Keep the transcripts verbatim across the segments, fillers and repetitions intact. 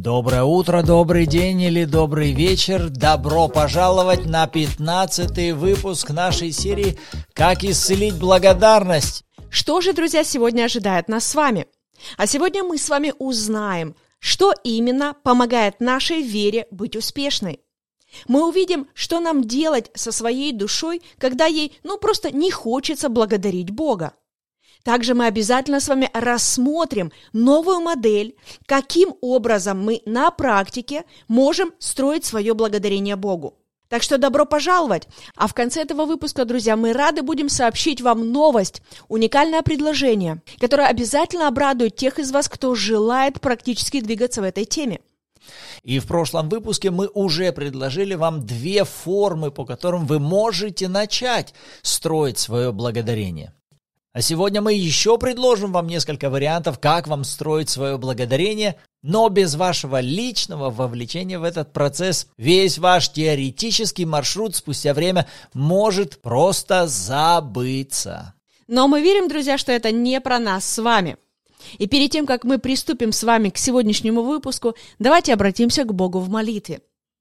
Доброе утро, добрый день или добрый вечер. Добро пожаловать на пятнадцатый выпуск нашей серии «Как исцелить благодарность». Что же, друзья, сегодня ожидает нас с вами? А сегодня мы с вами узнаем, что именно помогает нашей вере быть успешной. Мы увидим, что нам делать со своей душой, когда ей, ну, просто не хочется благодарить Бога. Также мы обязательно с вами рассмотрим новую модель, каким образом мы на практике можем строить свое благодарение Богу. Так что добро пожаловать! А в конце этого выпуска, друзья, мы рады будем сообщить вам новость, уникальное предложение, которое обязательно обрадует тех из вас, кто желает практически двигаться в этой теме. И в прошлом выпуске мы уже предложили вам две формы, по которым вы можете начать строить свое благодарение. А сегодня мы еще предложим вам несколько вариантов, как вам строить свое благодарение, но без вашего личного вовлечения в этот процесс весь ваш теоретический маршрут спустя время может просто забыться. Но мы верим, друзья, что это не про нас с вами. И перед тем, как мы приступим с вами к сегодняшнему выпуску, давайте обратимся к Богу в молитве.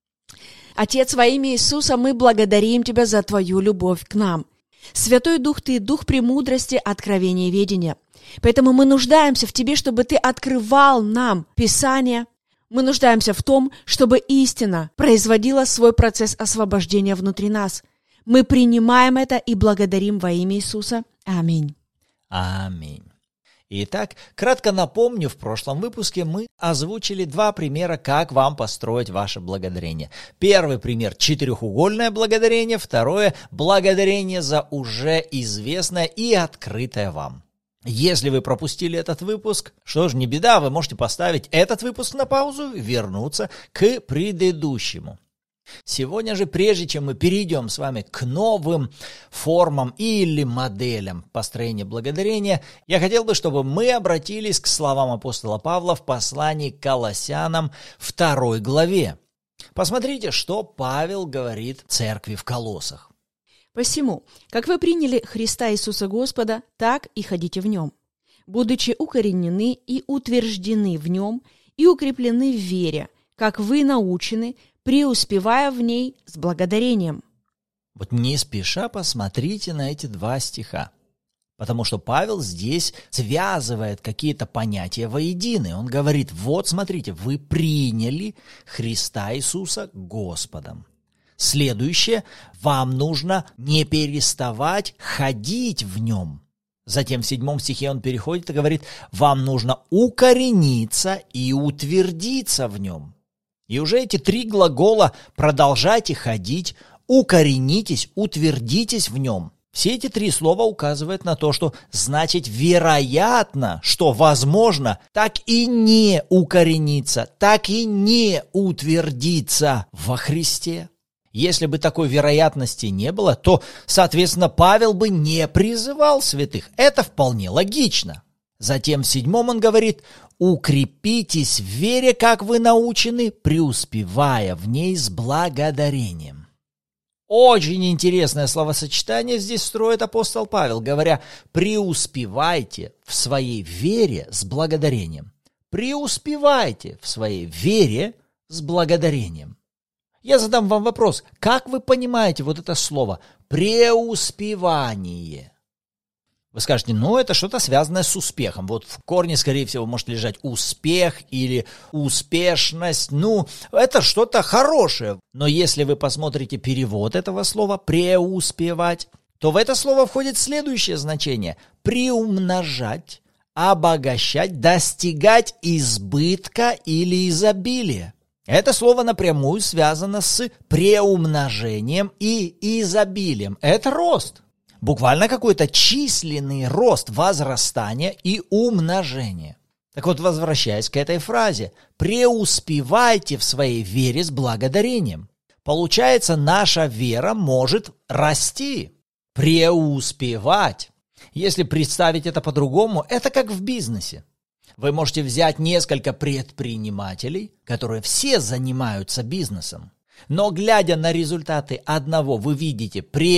Отец, во имя Иисуса, мы благодарим Тебя за Твою любовь к нам. Святой Дух, Ты Дух премудрости, откровения и ведения. Поэтому мы нуждаемся в Тебе, чтобы Ты открывал нам Писание. Мы нуждаемся в том, чтобы истина производила свой процесс освобождения внутри нас. Мы принимаем это и благодарим во имя Иисуса. Аминь. Аминь. Итак, кратко напомню, в прошлом выпуске мы озвучили два примера, как вам построить ваше благодарение. Первый пример – четырехугольное благодарение, второе – благодарение за уже известное и открытое вам. Если вы пропустили этот выпуск, что ж, не беда, вы можете поставить этот выпуск на паузу и вернуться к предыдущему. Сегодня же, прежде чем мы перейдем с вами к новым формам или моделям построения благодарения, я хотел бы, чтобы мы обратились к словам апостола Павла в послании к Колоссянам второй главе. Посмотрите, что Павел говорит церкви в Колоссах. «Посему, как вы приняли Христа Иисуса Господа, так и ходите в Нем, будучи укоренены и утверждены в Нем и укреплены в вере, как вы научены, преуспевая в ней с благодарением». Вот не спеша посмотрите на эти два стиха, потому что Павел здесь связывает какие-то понятия воедино. Он говорит, вот смотрите, вы приняли Христа Иисуса Господом. Следующее, вам нужно не переставать ходить в Нем. Затем в седьмом стихе он переходит и говорит, вам нужно укорениться и утвердиться в Нем. И уже эти три глагола «продолжайте ходить», «укоренитесь», «утвердитесь в нем». Все эти три слова указывают на то, что значит вероятно, что возможно так и не укорениться, так и не утвердиться во Христе. Если бы такой вероятности не было, то, соответственно, Павел бы не призывал святых. Это вполне логично. Затем в седьмом он говорит «укрепитесь в вере, как вы научены, преуспевая в ней с благодарением». Очень интересное словосочетание здесь строит апостол Павел, говоря «преуспевайте в своей вере с благодарением». Преуспевайте в своей вере с благодарением. Я задам вам вопрос, как вы понимаете вот это слово «преуспевание»? Вы скажете, ну это что-то связанное с успехом. Вот в корне, скорее всего, может лежать успех или успешность. Ну, это что-то хорошее. Но если вы посмотрите перевод этого слова «преуспевать», то в это слово входит следующее значение – приумножать, обогащать, достигать избытка или изобилия. Это слово напрямую связано с преумножением и изобилием. Это рост. Буквально какой-то численный рост, возрастания и умножения. Так вот, возвращаясь к этой фразе, преуспевайте в своей вере с благодарением. Получается, наша вера может расти, преуспевать. Если представить это по-другому, это как в бизнесе. Вы можете взять несколько предпринимателей, которые все занимаются бизнесом. Но, глядя на результаты одного, вы видите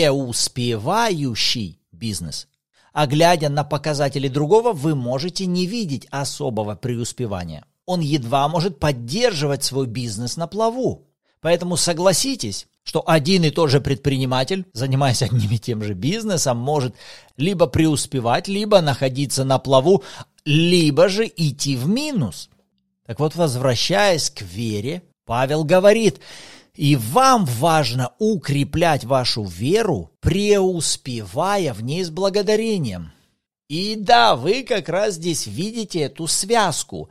преуспевающий бизнес, а глядя на показатели другого, вы можете не видеть особого преуспевания. он едва может поддерживать свой бизнес на плаву. Поэтому согласитесь, что один и тот же предприниматель, занимаясь одним и тем же бизнесом, может либо преуспевать, либо находиться на плаву, либо же идти в минус. Так вот, возвращаясь к вере, Павел говорит: и вам важно укреплять вашу веру, преуспевая в ней с благодарением. И да, вы как раз здесь видите эту связку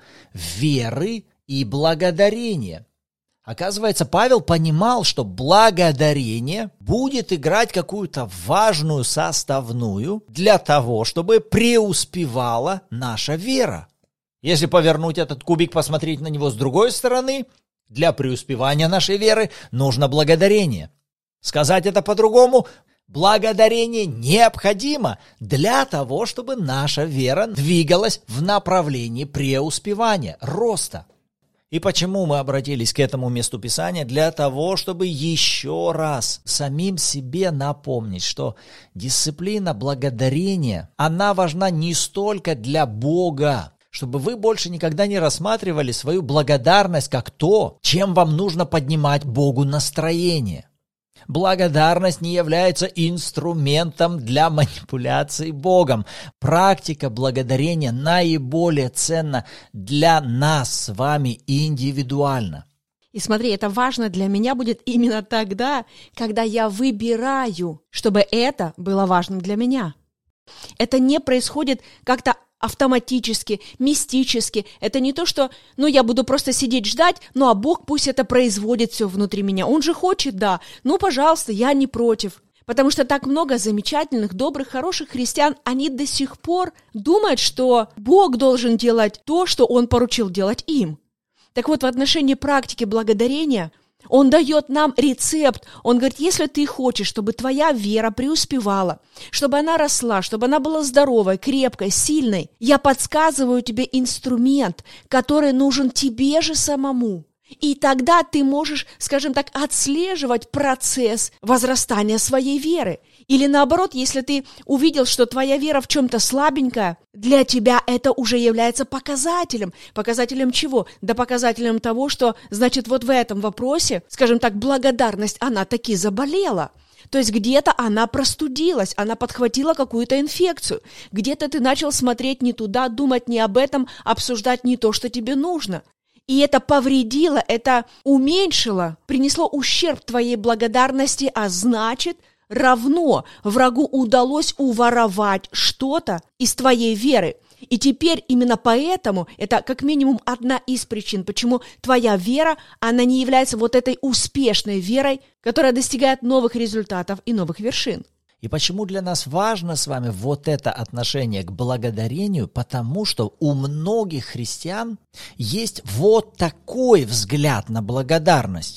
веры и благодарения. Оказывается, Павел понимал, что благодарение будет играть какую-то важную составную для того, чтобы преуспевала наша вера. Если повернуть этот кубик, посмотреть на него с другой стороны, для преуспевания нашей веры нужно благодарение. Сказать это по-другому: благодарение необходимо для того, чтобы наша вера двигалась в направлении преуспевания, роста. И почему мы обратились к этому месту Писания? Для того, чтобы еще раз самим себе напомнить, что дисциплина благодарения, она важна не столько для Бога, чтобы вы больше никогда не рассматривали свою благодарность как то, чем вам нужно поднимать Богу настроение. Благодарность не является инструментом для манипуляции Богом. Практика благодарения наиболее ценна для нас с вами индивидуально. И смотри, это важно для меня будет именно тогда, когда я выбираю, чтобы это было важным для меня. Это не происходит как-то автоматически, мистически. Это не то, что, ну, я буду просто сидеть ждать, ну, а Бог пусть это производит все внутри меня. Он же хочет, да. Ну, пожалуйста, я не против. Потому что так много замечательных, добрых, хороших христиан, они до сих пор думают, что Бог должен делать то, что Он поручил делать им. Так вот, в отношении практики благодарения Он дает нам рецепт. Он говорит: если ты хочешь, чтобы твоя вера преуспевала, чтобы она росла, чтобы она была здоровой, крепкой, сильной, я подсказываю тебе инструмент, который нужен тебе же самому. И тогда ты можешь, скажем так, отслеживать процесс возрастания своей веры. Или наоборот, если ты увидел, что твоя вера в чем-то слабенькая, для тебя это уже является показателем. Показателем чего? Да показателем того, что, значит, вот в этом вопросе, скажем так, благодарность, она таки заболела. То есть где-то она простудилась, она подхватила какую-то инфекцию. Где-то ты начал смотреть не туда, думать не об этом, обсуждать не то, что тебе нужно. И это повредило, это уменьшило, принесло ущерб твоей благодарности, а значит, равно врагу удалось уворовать что-то из твоей веры. И теперь именно поэтому, это как минимум одна из причин, почему твоя вера, она не является вот этой успешной верой, которая достигает новых результатов и новых вершин. И почему для нас важно с вами вот это отношение к благодарению? Потому что у многих христиан есть вот такой взгляд на благодарность.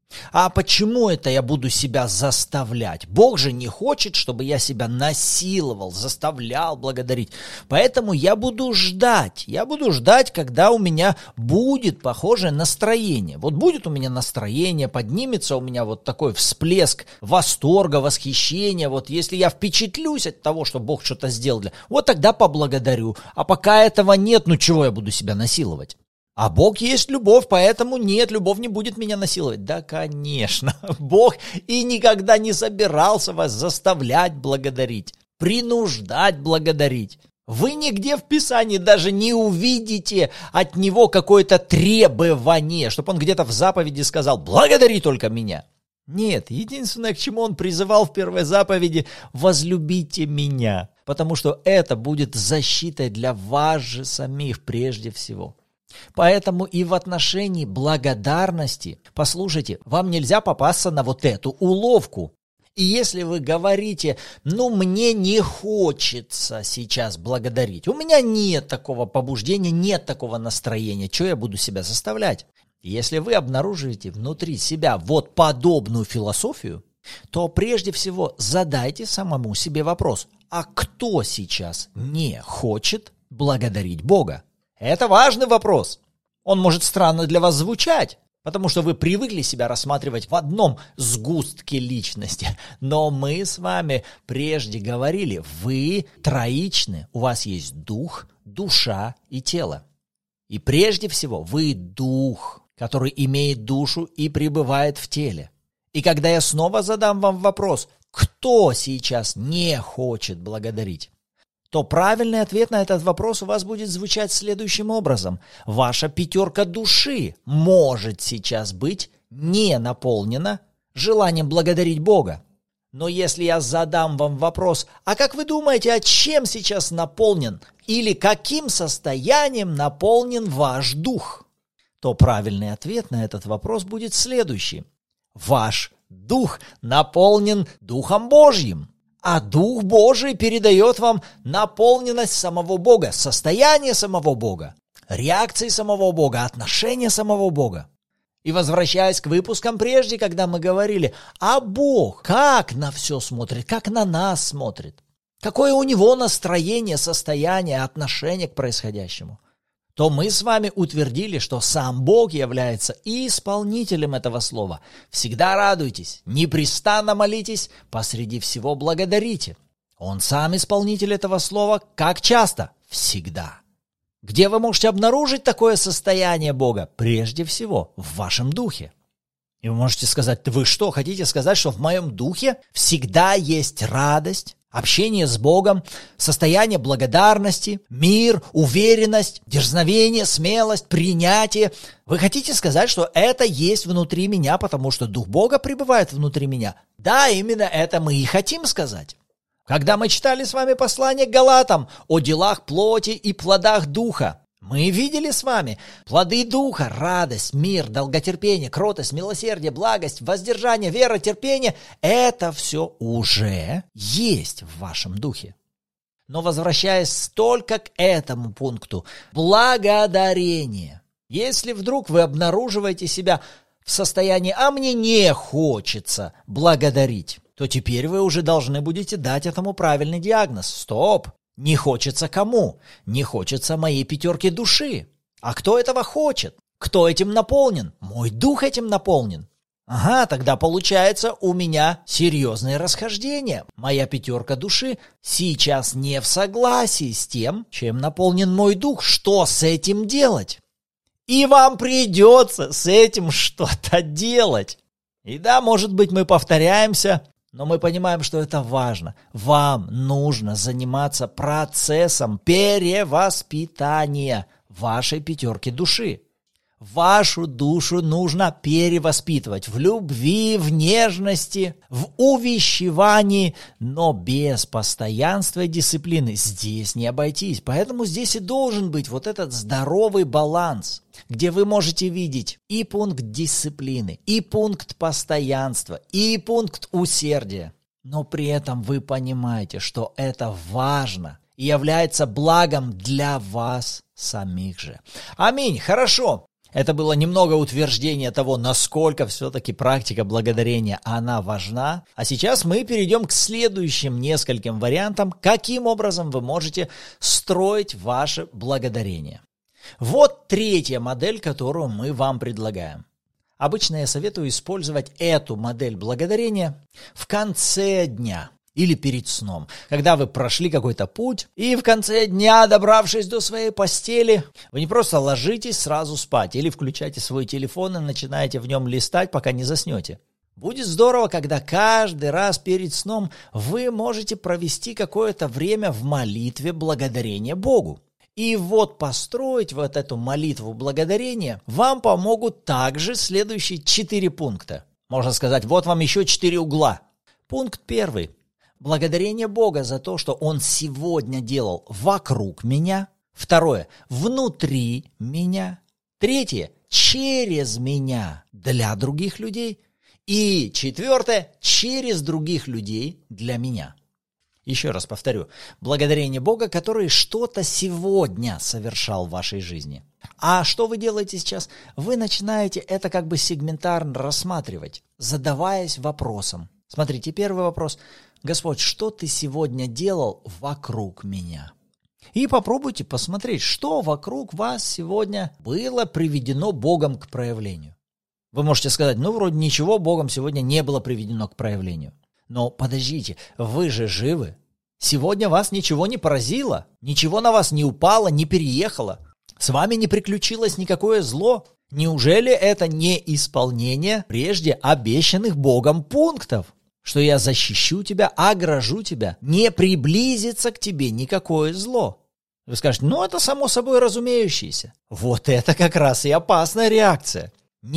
А почему это я буду себя заставлять? Бог же не хочет, чтобы я себя насиловал, заставлял благодарить. Поэтому я буду ждать. Я буду ждать, когда у меня будет похожее настроение. Вот будет у меня настроение, поднимется у меня вот такой всплеск восторга, восхищения. Вот если я впечатлюсь от того, что Бог что-то сделал, для... вот тогда поблагодарю. А пока этого нет, ну чего я буду себя насиловать? А Бог есть любовь, поэтому нет, любовь не будет меня насиловать. Да, конечно, Бог и никогда не собирался вас заставлять благодарить, принуждать благодарить. Вы нигде в Писании даже не увидите от Него какое-то требование, чтобы Он где-то в заповеди сказал: «Благодари только меня». Нет, единственное, к чему Он призывал в первой заповеди: «Возлюбите меня», потому что это будет защитой для вас же самих прежде всего. Поэтому и в отношении благодарности, послушайте, вам нельзя попасться на вот эту уловку. И если вы говорите: ну, мне не хочется сейчас благодарить, у меня нет такого побуждения, нет такого настроения, что я буду себя заставлять? Если вы обнаружите внутри себя вот подобную философию, то прежде всего задайте самому себе вопрос: а кто сейчас не хочет благодарить Бога? Это важный вопрос. Он может странно для вас звучать, потому что вы привыкли себя рассматривать в одном сгустке личности. Но мы с вами прежде говорили: вы троичны, у вас есть дух, душа и тело. И прежде всего, вы дух, который имеет душу и пребывает в теле. И когда я снова задам вам вопрос, кто сейчас не хочет благодарить, то правильный ответ на этот вопрос у вас будет звучать следующим образом. Ваша пятерка души может сейчас быть не наполнена желанием благодарить Бога. Но если я задам вам вопрос, а как вы думаете, а чем сейчас наполнен или каким состоянием наполнен ваш дух, то правильный ответ на этот вопрос будет следующий. Ваш дух наполнен Духом Божьим, а Дух Божий передает вам наполненность самого Бога, состояние самого Бога, реакции самого Бога, отношения самого Бога. И возвращаясь к выпускам прежде, когда мы говорили, а Бог как на все смотрит, как на нас смотрит, какое у Него настроение, состояние, отношение к происходящему, то мы с вами утвердили, что сам Бог является и исполнителем этого слова. Всегда радуйтесь, непрестанно молитесь, посреди всего благодарите. Он сам исполнитель этого слова. Как часто? Всегда. Где вы можете обнаружить такое состояние Бога? Прежде всего, в вашем духе. И вы можете сказать, вы что, хотите сказать, что в моем духе всегда есть радость, общение с Богом, состояние благодарности, мир, уверенность, дерзновение, смелость, принятие? Вы хотите сказать, что это есть внутри меня, потому что Дух Бога пребывает внутри меня? Да, именно это мы и хотим сказать. Когда мы читали с вами послание к Галатам о делах плоти и плодах Духа, мы видели с вами плоды Духа, радость, мир, долготерпение, кротость, милосердие, благость, воздержание, вера, терпение. Это все уже есть в вашем духе. Но возвращаясь только к этому пункту, благодарение. Если вдруг вы обнаруживаете себя в состоянии «а мне не хочется благодарить», то теперь вы уже должны будете дать этому правильный диагноз. Стоп! Не хочется кому? Не хочется моей пятерки души. А кто этого хочет? Кто этим наполнен? Мой дух этим наполнен. Ага, тогда получается у меня серьезные расхождения. Моя пятерка души сейчас не в согласии с тем, чем наполнен мой дух. Что с этим делать? И вам придется с этим что-то делать. И да, может быть, мы повторяемся, но мы понимаем, что это важно. Вам нужно заниматься процессом перевоспитания вашей пятерки души. Вашу душу нужно перевоспитывать в любви, в нежности, в увещевании, но без постоянства и дисциплины здесь не обойтись. Поэтому здесь и должен быть вот этот здоровый баланс, где вы можете видеть и пункт дисциплины, и пункт постоянства, и пункт усердия. Но при этом вы понимаете, что это важно и является благом для вас самих же. Аминь. Хорошо. Это было немного утверждения того, насколько все-таки практика благодарения, она важна. А сейчас мы перейдем к следующим нескольким вариантам, каким образом вы можете строить ваше благодарение. Вот третья модель, которую мы вам предлагаем. Обычно я советую использовать эту модель благодарения в конце дня или перед сном, когда вы прошли какой-то путь, и в конце дня, добравшись до своей постели, вы не просто ложитесь сразу спать или включаете свой телефон и начинаете в нем листать, пока не заснете. Будет здорово, когда каждый раз перед сном вы можете провести какое-то время в молитве благодарения Богу. И вот построить вот эту молитву благодарения вам помогут также следующие четыре пункта. Можно сказать, вот вам еще четыре угла. Пункт первый. Благодарение Бога за то, что Он сегодня делал вокруг меня. Второе. Внутри меня. Третье. Через меня для других людей. И четвертое. Через других людей для меня. Еще раз повторю. Благодарение Бога, который что-то сегодня совершал в вашей жизни. А что вы делаете сейчас? Вы начинаете это как бы сегментарно рассматривать, задаваясь вопросом. Смотрите, первый вопрос. Господь, что ты сегодня делал вокруг меня? И попробуйте посмотреть, что вокруг вас сегодня было приведено Богом к проявлению. Вы можете сказать, ну, вроде ничего Богом сегодня не было приведено к проявлению. Но подождите, вы же живы. Сегодня вас ничего не поразило, ничего на вас не упало, не переехало. С вами не приключилось никакое зло? Неужели это не исполнение прежде обещанных Богом пунктов? Что я защищу тебя, огражу тебя, не приблизится к тебе никакое зло. Вы скажете, ну это само собой разумеющееся. Вот это как раз и опасная реакция.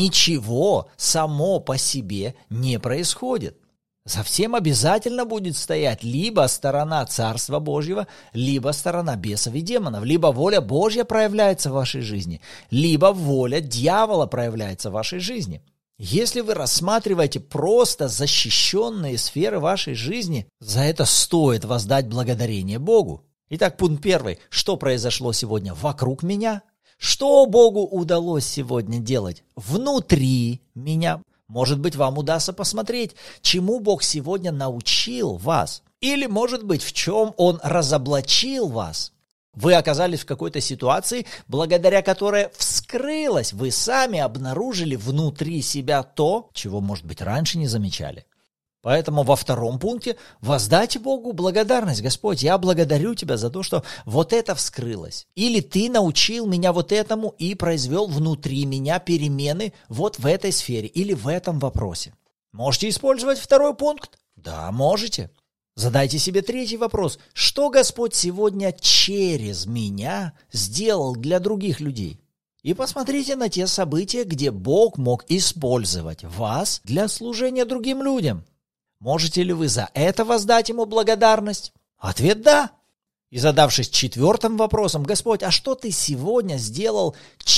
Ничего само по себе не происходит. За всем обязательно будет стоять либо сторона Царства Божьего, либо сторона бесов и демонов, либо воля Божья проявляется в вашей жизни, либо воля дьявола проявляется в вашей жизни. Если вы рассматриваете просто защищенные сферы вашей жизни, за это стоит воздать благодарение Богу. Итак, пункт первый. Что произошло сегодня вокруг меня? Что Богу удалось сегодня делать внутри меня? Может быть, вам удастся посмотреть, чему Бог сегодня научил вас. Или, может быть, в чем Он разоблачил вас. Вы оказались в какой-то ситуации, благодаря которой вскрылась. Вы сами обнаружили внутри себя то, чего, может быть, раньше не замечали. Поэтому во втором пункте воздайте Богу благодарность. Господь, я благодарю Тебя за то, что вот это вскрылось. Или Ты научил меня вот этому и произвел внутри меня перемены вот в этой сфере или в этом вопросе. Можете использовать второй пункт? Да, можете. Задайте себе третий вопрос. Что Господь сегодня через меня сделал для других людей? И посмотрите на те события, где Бог мог использовать вас для служения другим людям. Можете ли вы за это воздать Ему благодарность? Ответ – да. И задавшись четвертым вопросом, Господь, а что Ты сегодня сделал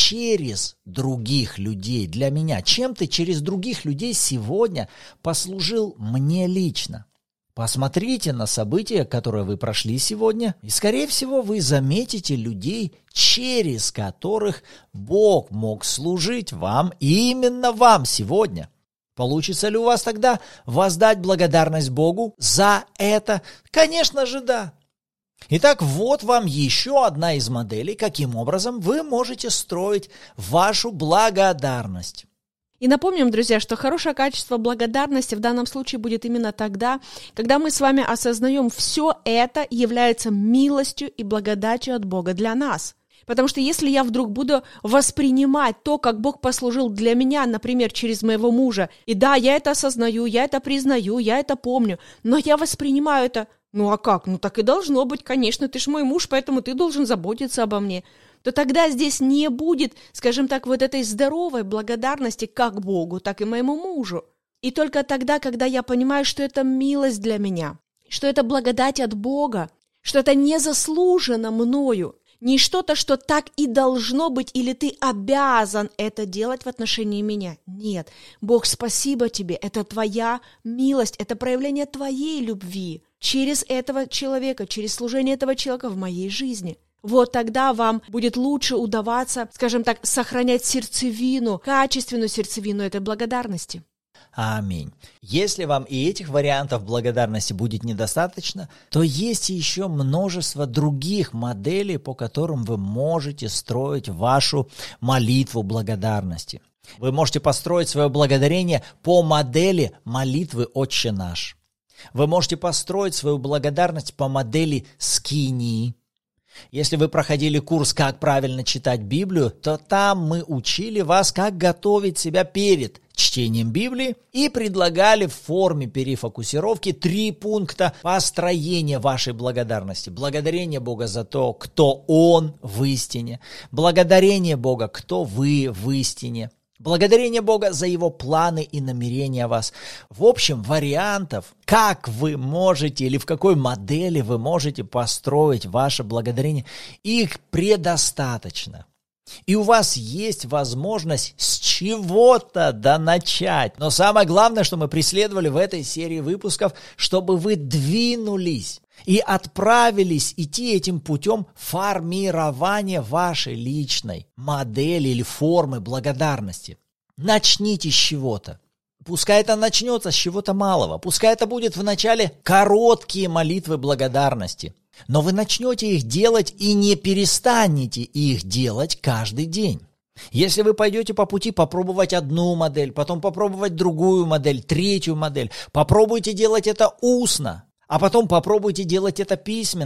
через других людей для меня? Чем Ты через других людей сегодня послужил мне лично? Посмотрите на события, которые вы прошли сегодня, и, скорее всего, вы заметите людей, через которых Бог мог служить вам, и именно вам сегодня. Получится ли у вас тогда воздать благодарность Богу за это? Конечно же, да. Итак, вот вам еще одна из моделей, каким образом вы можете строить вашу благодарность. И напомним, друзья, что хорошее качество благодарности в данном случае будет именно тогда, когда мы с вами осознаем, все это является милостью и благодатью от Бога для нас. Потому что если я вдруг буду воспринимать то, как Бог послужил для меня, например, через моего мужа, и да, я это осознаю, я это признаю, я это помню, но я воспринимаю это, ну а как, ну так и должно быть, конечно, ты ж мой муж, поэтому ты должен заботиться обо мне, то тогда здесь не будет, скажем так, вот этой здоровой благодарности как Богу, так и моему мужу. И только тогда, когда я понимаю, что это милость для меня, что это благодать от Бога, что это не заслужено мною, не что-то, что так и должно быть, или ты обязан это делать в отношении меня. Нет, Бог, спасибо тебе, это твоя милость, это проявление твоей любви через этого человека, через служение этого человека в моей жизни. Вот тогда вам будет лучше удаваться, скажем так, сохранять сердцевину, качественную сердцевину этой благодарности. Аминь. Если вам и этих вариантов благодарности будет недостаточно, то есть еще множество других моделей, по которым вы можете строить вашу молитву благодарности. Вы можете построить свое благодарение по модели молитвы «Отче наш». Вы можете построить свою благодарность по модели скинии. Если вы проходили курс «Как правильно читать Библию», то там мы учили вас, как готовить себя перед чтением Библии и предлагали в форме перефокусировки три пункта построения вашей благодарности. Благодарение Бога за то, кто Он в истине. Благодарение Бога, кто вы в истине. Благодарение Бога за Его планы и намерения о вас. В общем, вариантов, как вы можете или в какой модели вы можете построить ваше благодарение, их предостаточно. И у вас есть возможность с чего-то да начать. Но самое главное, что мы преследовали в этой серии выпусков, чтобы вы двинулись и отправились идти этим путем формирования вашей личной модели или формы благодарности. Начните с чего-то. Пускай это начнется с чего-то малого. Пускай это будет вначале короткие молитвы благодарности. Но вы начнете их делать и не перестанете их делать каждый день. Если вы пойдете по пути попробовать одну модель, потом попробовать другую модель, третью модель, попробуйте делать это устно, а потом попробуйте делать это письменно,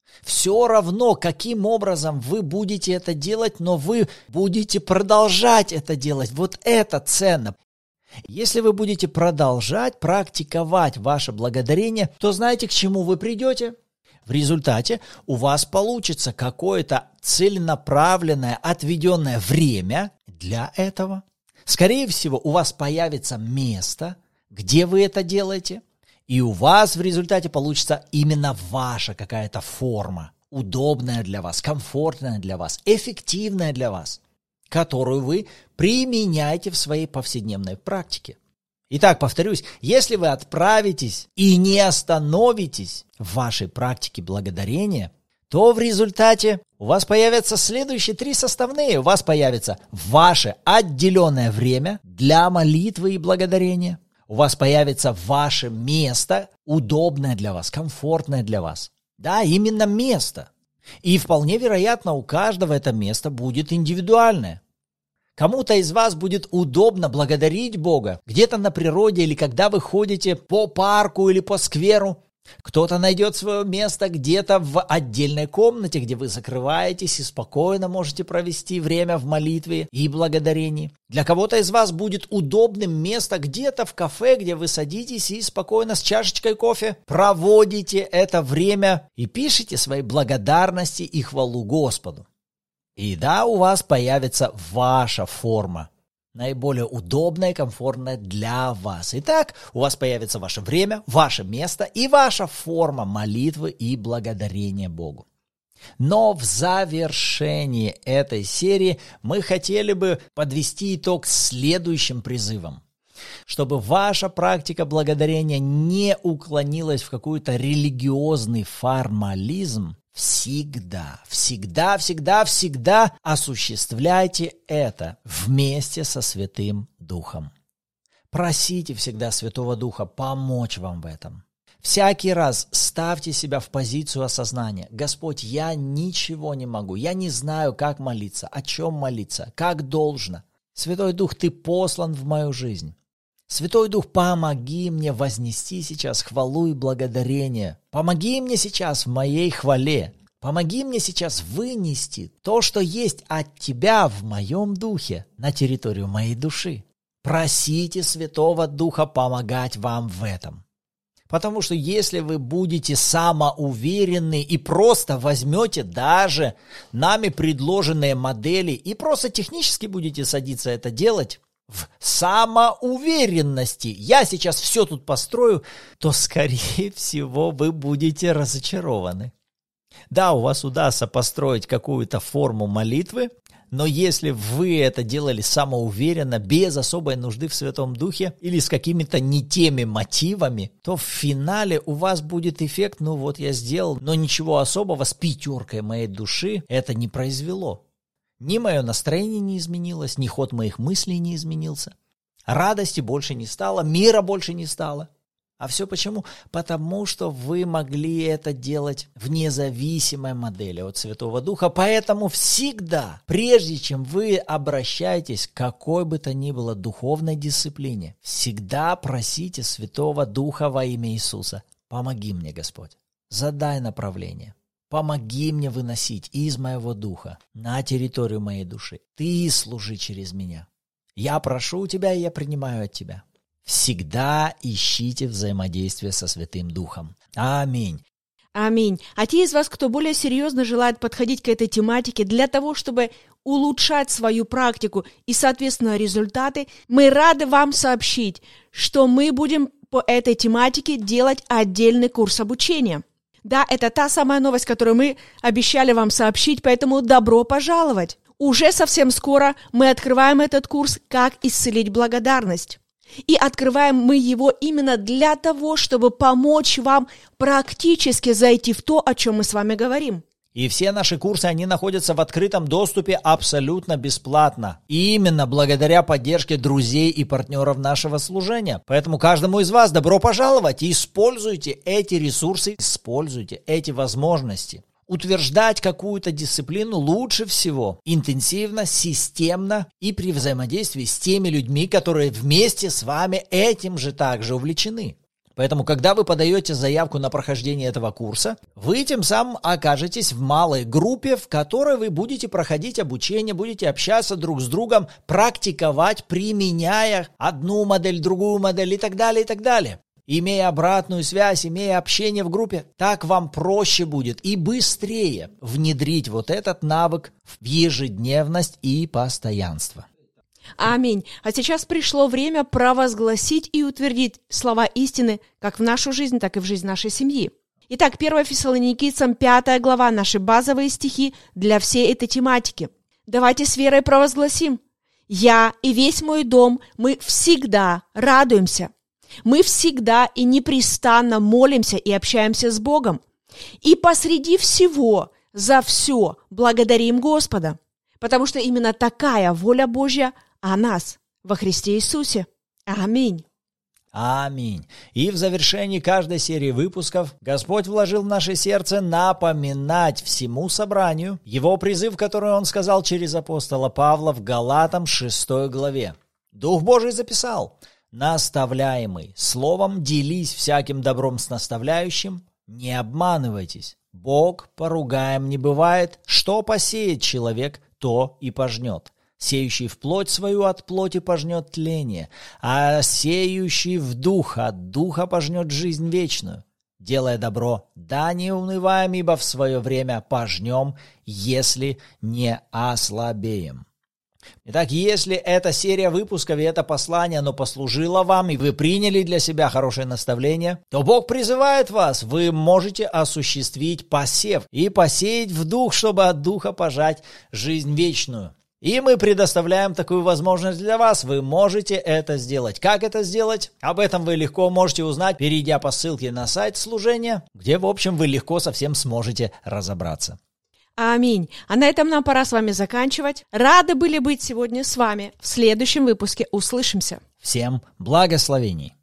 Все равно, каким образом вы будете это делать, но вы будете продолжать это делать. Вот это ценно. Если вы будете продолжать практиковать ваше благодарение, то знаете, к чему вы придете? В результате у вас получится какое-то целенаправленное, отведенное время для этого. Скорее всего, у вас появится место, где вы это делаете, и у вас в результате получится именно ваша какая-то форма, удобная для вас, комфортная для вас, эффективная для вас, которую вы применяете в своей повседневной практике. Итак, повторюсь, если вы отправитесь и не остановитесь в вашей практике благодарения, то в результате у вас появятся следующие три составные. У вас появится ваше отделенное время для молитвы и благодарения. У вас появится ваше место, удобное для вас, комфортное для вас. Да, именно место. И вполне вероятно, у каждого это место будет индивидуальное. Кому-то из вас будет удобно благодарить Бога где-то на природе или когда вы ходите по парку или по скверу. Кто-то найдет свое место где-то в отдельной комнате, где вы закрываетесь и спокойно можете провести время в молитве и благодарении. Для кого-то из вас будет удобным место где-то в кафе, где вы садитесь и спокойно с чашечкой кофе проводите это время и пишите свои благодарности и хвалу Господу. И да, у вас появится ваша форма, наиболее удобная и комфортная для вас. Итак, у вас появится ваше время, ваше место и ваша форма молитвы и благодарения Богу. Но в завершении этой серии мы хотели бы подвести итог следующим призывом. Чтобы ваша практика благодарения не уклонилась в какой-то религиозный формализм, Всегда, всегда, всегда, всегда осуществляйте это вместе со Святым Духом. Просите всегда Святого Духа помочь вам в этом. Всякий раз ставьте себя в позицию осознания. Господь, я ничего не могу, я не знаю, как молиться, о чем молиться, как должно. Святой Дух, Ты послан в мою жизнь. Святой Дух, помоги мне вознести сейчас хвалу и благодарение. Помоги мне сейчас в моей хвале. Помоги мне сейчас вынести то, что есть от Тебя в моем духе на территорию моей души. Просите Святого Духа помогать вам в этом. Потому что если вы будете самоуверенны и просто возьмете даже нами предложенные модели и просто технически будете садиться это делать, в самоуверенности, я сейчас все тут построю, то, скорее всего, вы будете разочарованы. Да, у вас удастся построить какую-то форму молитвы, но если вы это делали самоуверенно, без особой нужды в Святом Духе или с какими-то не теми мотивами, то в финале у вас будет эффект, ну вот я сделал, но ничего особого с пятеркой моей души это не произвело. Ни мое настроение не изменилось, ни ход моих мыслей не изменился. Радости больше не стало, мира больше не стало. А все почему? Потому что вы могли это делать в независимой модели от Святого Духа. Поэтому всегда, прежде чем вы обращаетесь к какой бы то ни было духовной дисциплине, всегда просите Святого Духа во имя Иисуса. Помоги мне, Господь, задай направление. Помоги мне выносить из моего духа на территорию моей души. Ты служи через меня. Я прошу у Тебя, и я принимаю от Тебя. Всегда ищите взаимодействие со Святым Духом. Аминь. Аминь. А те из вас, кто более серьезно желает подходить к этой тематике для того, чтобы улучшать свою практику и, соответственно, результаты, мы рады вам сообщить, что мы будем по этой тематике делать отдельный курс обучения. Да, это та самая новость, которую мы обещали вам сообщить, поэтому добро пожаловать. Уже совсем скоро мы открываем этот курс «Как исцелить благодарность». И открываем мы его именно для того, чтобы помочь вам практически зайти в то, о чем мы с вами говорим. И все наши курсы, они находятся в открытом доступе абсолютно бесплатно. И именно благодаря поддержке друзей и партнеров нашего служения. Поэтому каждому из вас добро пожаловать и используйте эти ресурсы, используйте эти возможности. Утверждать какую-то дисциплину лучше всего интенсивно, системно и при взаимодействии с теми людьми, которые вместе с вами этим же также увлечены. Поэтому, когда вы подаете заявку на прохождение этого курса, вы тем самым окажетесь в малой группе, в которой вы будете проходить обучение, будете общаться друг с другом, практиковать, применяя одну модель, другую модель и так далее, и так далее. Имея обратную связь, имея общение в группе, так вам проще будет и быстрее внедрить вот этот навык в ежедневность и постоянство. Аминь. А сейчас пришло время провозгласить и утвердить слова истины как в нашу жизнь, так и в жизнь нашей семьи. Итак, первое Фессалоникийцам, пятая глава, наши базовые стихи для всей этой тематики. Давайте с верой провозгласим. «Я и весь мой дом, мы всегда радуемся. Мы всегда и непрестанно молимся и общаемся с Богом. И посреди всего, за все благодарим Господа, потому что именно такая воля Божья о нас во Христе Иисусе. Аминь». Аминь. И в завершении каждой серии выпусков Господь вложил в наше сердце напоминать всему собранию Его призыв, который Он сказал через апостола Павла в Галатам шестой главе. Дух Божий записал: «Наставляемый словом делись всяким добром с наставляющим, не обманывайтесь. Бог поругаем не бывает, что посеет человек, то и пожнет. Сеющий в плоть свою от плоти пожнет тление, а сеющий в дух от духа пожнет жизнь вечную. Делая добро, да не унываем, ибо в свое время пожнем, если не ослабеем». Итак, если эта серия выпусков и это послание, оно послужило вам, и вы приняли для себя хорошее наставление, то Бог призывает вас, вы можете осуществить посев и посеять в дух, чтобы от духа пожать жизнь вечную. И мы предоставляем такую возможность для вас. Вы можете это сделать. Как это сделать? Об этом вы легко можете узнать, перейдя по ссылке на сайт служения, где, в общем, вы легко со всем сможете разобраться. Аминь. А на этом нам пора с вами заканчивать. Рады были быть сегодня с вами. В следующем выпуске услышимся. Всем благословений.